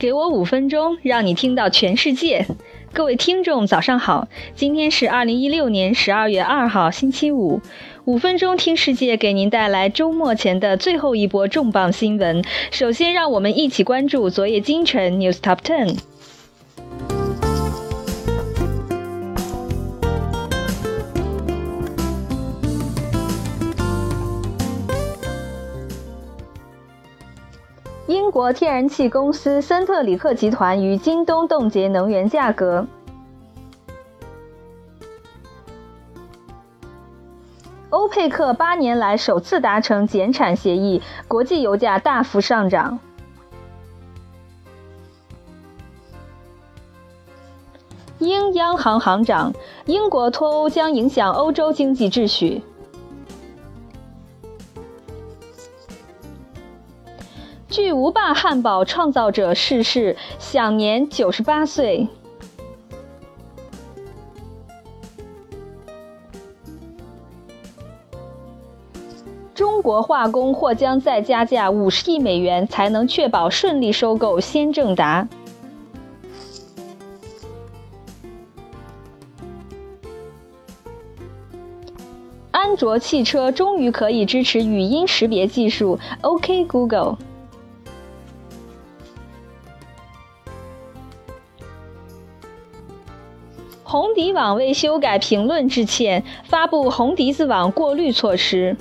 给我5分钟，让你听到全世界。各位听众早上好，今天是2016年12月2号星期五，5分钟听世界给您带来周末前的最后一波重磅新闻。首先让我们一起关注昨夜今晨 News Top 10。英国天然气公司森特里克集团与京东冻结能源价格。欧佩克8年来首次达成减产协议，国际油价大幅上涨。英央行行长，英国脱欧将影响欧洲经济秩序。巨无霸汉堡创造者逝世，享年98岁。中国化工或将再加价50亿美元，才能确保顺利收购先正达。安卓汽车终于可以支持语音识别技术 ，OK Google。红迪网为修改评论致歉，发布红笛子网过滤措施。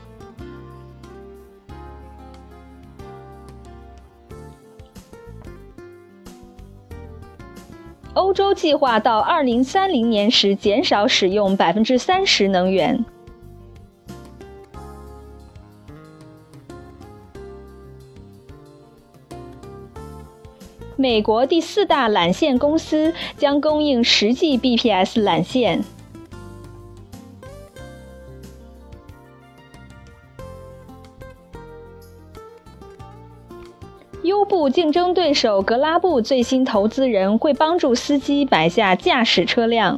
欧洲计划到2030年时减少使用30%能源。美国第4大缆线公司将供应10G bps 缆线。优步竞争对手格拉布最新投资人会帮助司机买下驾驶车辆。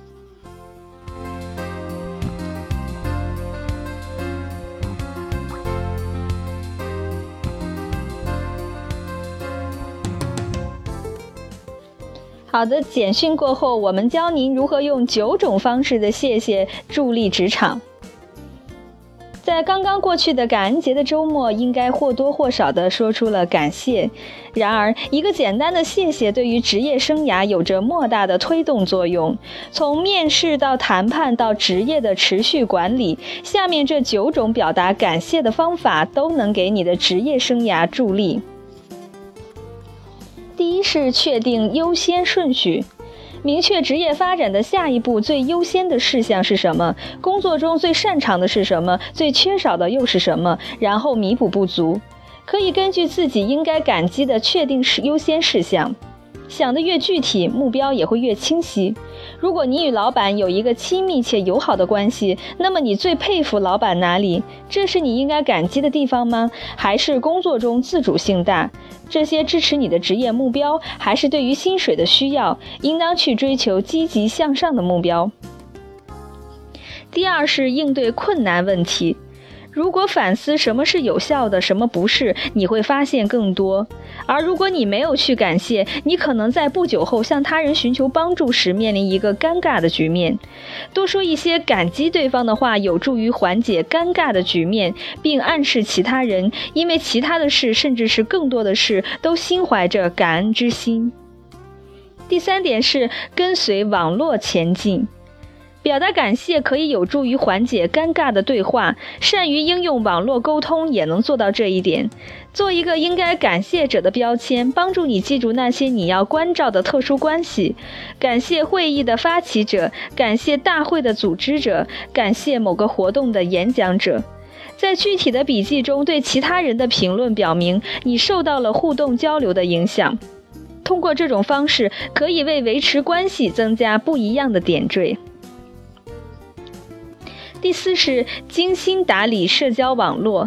好的，简讯过后，我们教您如何用9种方式的谢谢助力职场。在刚刚过去的感恩节的周末，应该或多或少地说出了感谢。然而，一个简单的谢谢对于职业生涯有着莫大的推动作用。从面试到谈判到职业的持续管理，下面这9种表达感谢的方法都能给你的职业生涯助力。第一是确定优先顺序，明确职业发展的下一步最优先的事项是什么，工作中最擅长的是什么，最缺少的又是什么，然后弥补不足。可以根据自己应该感激的确定优先事项，想得越具体，目标也会越清晰。如果你与老板有一个亲密且友好的关系，那么你最佩服老板哪里？这是你应该感激的地方吗？还是工作中自主性大？这些支持你的职业目标，还是对于薪水的需要，应当去追求积极向上的目标。第二是应对困难问题。如果反思什么是有效的，什么不是，你会发现更多。而如果你没有去感谢，你可能在不久后向他人寻求帮助时面临一个尴尬的局面。多说一些感激对方的话，有助于缓解尴尬的局面，并暗示其他人，因为其他的事，甚至是更多的事，都心怀着感恩之心。第3点是跟随网络前进。表达感谢可以有助于缓解尴尬的对话，善于应用网络沟通也能做到这一点。做一个应该感谢者的标签，帮助你记住那些你要关照的特殊关系。感谢会议的发起者，感谢大会的组织者，感谢某个活动的演讲者。在具体的笔记中，对其他人的评论表明你受到了互动交流的影响。通过这种方式，可以为维持关系增加不一样的点缀。第4是精心打理社交网络。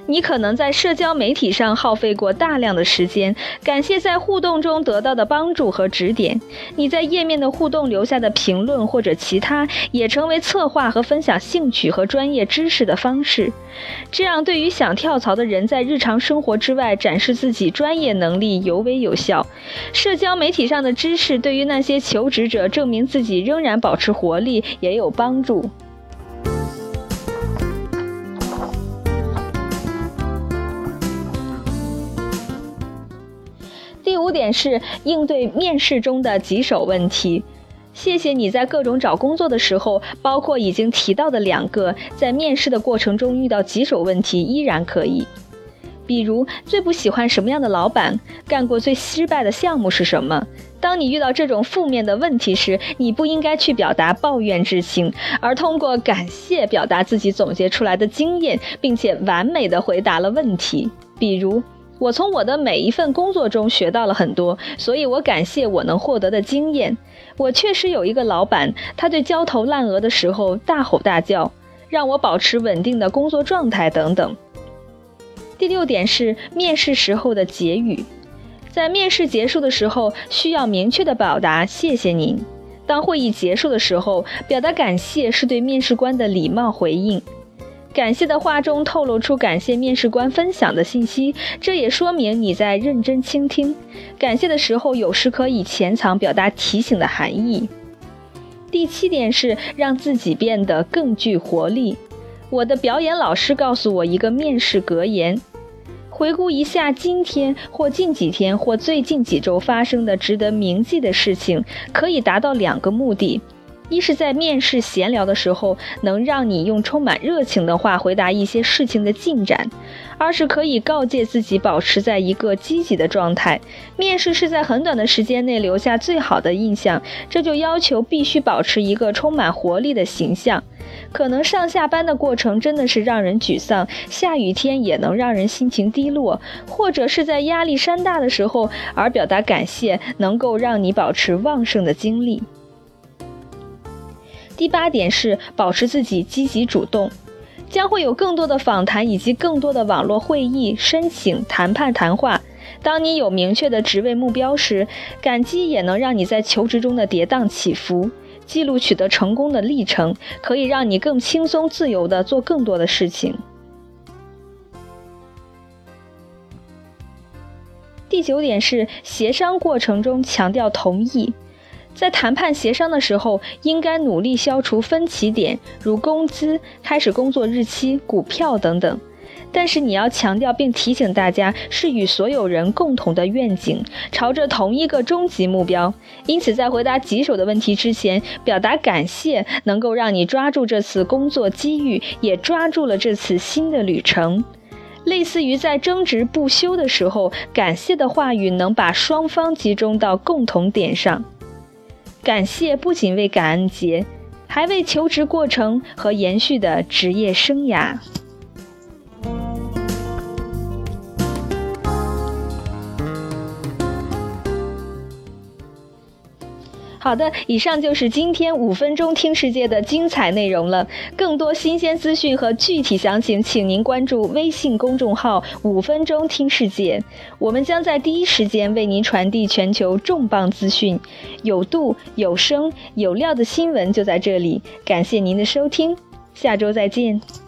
你可能在社交媒体上耗费过大量的时间，感谢在互动中得到的帮助和指点。你在页面的互动留下的评论或者其他，也成为策划和分享兴趣和专业知识的方式。这样对于想跳槽的人在日常生活之外展示自己专业能力尤为有效。社交媒体上的知识对于那些求职者证明自己仍然保持活力也有帮助。第5点是应对面试中的棘手问题。谢谢你在各种找工作的时候，包括已经提到的2个，在面试的过程中遇到棘手问题依然可以。比如，最不喜欢什么样的老板，干过最失败的项目是什么？当你遇到这种负面的问题时，你不应该去表达抱怨之情，而通过感谢表达自己总结出来的经验，并且完美地回答了问题。比如，我从我的每一份工作中学到了很多，所以我感谢我能获得的经验。我确实有一个老板，他对焦头烂额的时候大吼大叫，让我保持稳定的工作状态等等。第6点是面试时候的结语。在面试结束的时候，需要明确地表达谢谢您。当会议结束的时候，表达感谢是对面试官的礼貌回应。感谢的话中透露出感谢面试官分享的信息，这也说明你在认真倾听。感谢的时候有时可以潜藏表达提醒的含义。第7点是让自己变得更具活力。我的表演老师告诉我一个面试格言：回顾一下今天或近几天或最近几周发生的值得铭记的事情，可以达到2个目的。一是在面试闲聊的时候，能让你用充满热情的话回答一些事情的进展；二是可以告诫自己保持在一个积极的状态。面试是在很短的时间内留下最好的印象，这就要求必须保持一个充满活力的形象。可能上下班的过程真的是让人沮丧，下雨天也能让人心情低落，或者是在压力山大的时候，而表达感谢能够让你保持旺盛的精力。第8点是保持自己积极主动。将会有更多的访谈以及更多的网络会议、申请、谈判、谈话。当你有明确的职位目标时，感激也能让你在求职中的跌宕起伏，记录取得成功的历程，可以让你更轻松自由地做更多的事情。第9点是协商过程中强调同意。在谈判协商的时候，应该努力消除分歧点，如工资、开始工作日期、股票等等。但是你要强调并提醒大家，是与所有人共同的愿景，朝着同一个终极目标。因此在回答棘手的问题之前，表达感谢能够让你抓住这次工作机遇，也抓住了这次新的旅程。类似于在争执不休的时候，感谢的话语能把双方集中到共同点上。感谢不仅为感恩节，还为求职过程和延续的职业生涯。好的，以上就是今天5分钟听世界的精彩内容了。更多新鲜资讯和具体详情，请您关注微信公众号5分钟听世界。我们将在第一时间为您传递全球重磅资讯，有度、有声、有料的新闻就在这里。感谢您的收听，下周再见。